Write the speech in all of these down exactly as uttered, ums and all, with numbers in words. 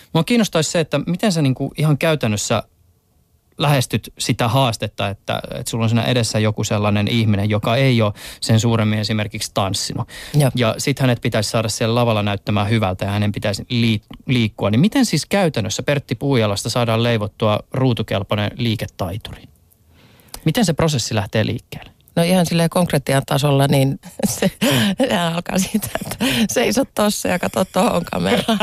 Mua kiinnostaisi se, että miten sä niinku ihan käytännössä lähestyt sitä haastetta, että, että sulla on siinä edessä joku sellainen ihminen, joka ei ole sen suuremmin esimerkiksi tanssinut. Ja, ja sitten hänet pitäisi saada siellä lavalla näyttämään hyvältä ja hänen pitäisi liikkua. Niin miten siis käytännössä Pertti Puujalasta saadaan leivottua ruutukelpoinen liiketaituri? Miten se prosessi lähtee liikkeelle? No ihan silleen konkreettian tasolla, niin se, se alkaa siitä, että seisot tossa ja katso tohon kameraan.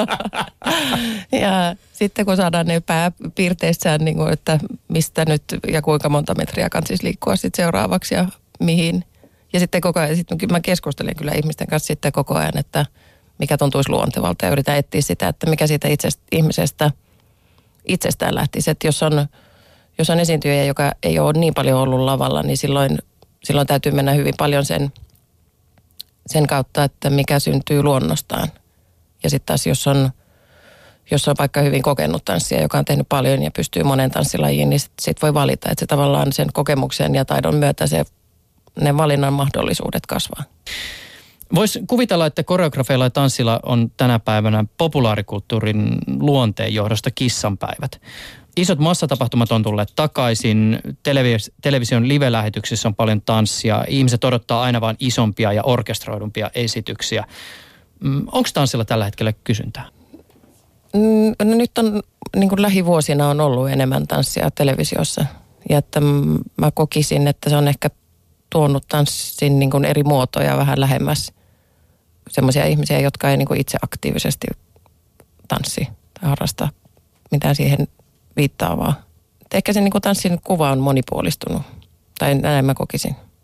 Ja sitten kun saadaan ne pääpiirteissään, niin kuin, että mistä nyt ja kuinka monta metriä kansis liikkua sitten seuraavaksi ja mihin. Ja sitten koko ajan, sitten mä keskustelen kyllä ihmisten kanssa sitten koko ajan, että mikä tuntuisi luontevalta ja yritän etsiä sitä, että mikä siitä itsestä, ihmisestä itsestään lähtisi. Että jos on... Jos on esiintyjä, joka ei ole niin paljon ollut lavalla, niin silloin, silloin täytyy mennä hyvin paljon sen, sen kautta, että mikä syntyy luonnostaan. Ja sitten taas, jos on, jos on vaikka hyvin kokenut tanssija, joka on tehnyt paljon ja pystyy monen tanssilajiin, niin sitten sit voi valita, että se tavallaan sen kokemuksen ja taidon myötä se, ne valinnan mahdollisuudet kasvaa. Voisi kuvitella, että koreografeilla ja tanssilla on tänä päivänä populaarikulttuurin luonteen johdosta kissanpäivät. Isot massatapahtumat on tulleet takaisin, televis- television live-lähetyksissä on paljon tanssia, ihmiset odottaa aina vain isompia ja orkestroidumpia esityksiä. Mm, onko tanssilla tällä hetkellä kysyntää? Mm, no nyt on, niin kuin lähivuosina on ollut enemmän tanssia televisiossa. Ja että mä kokisin, että se on ehkä tuonut tanssin niin kuin eri muotoja vähän lähemmäs semmoisia ihmisiä, jotka ei niin kuin itse aktiivisesti tanssi tai harrasta mitään siihen viittaavaa. Ehkä se niin kuin tanssin kuva on monipuolistunut, tai näin mä kokisin.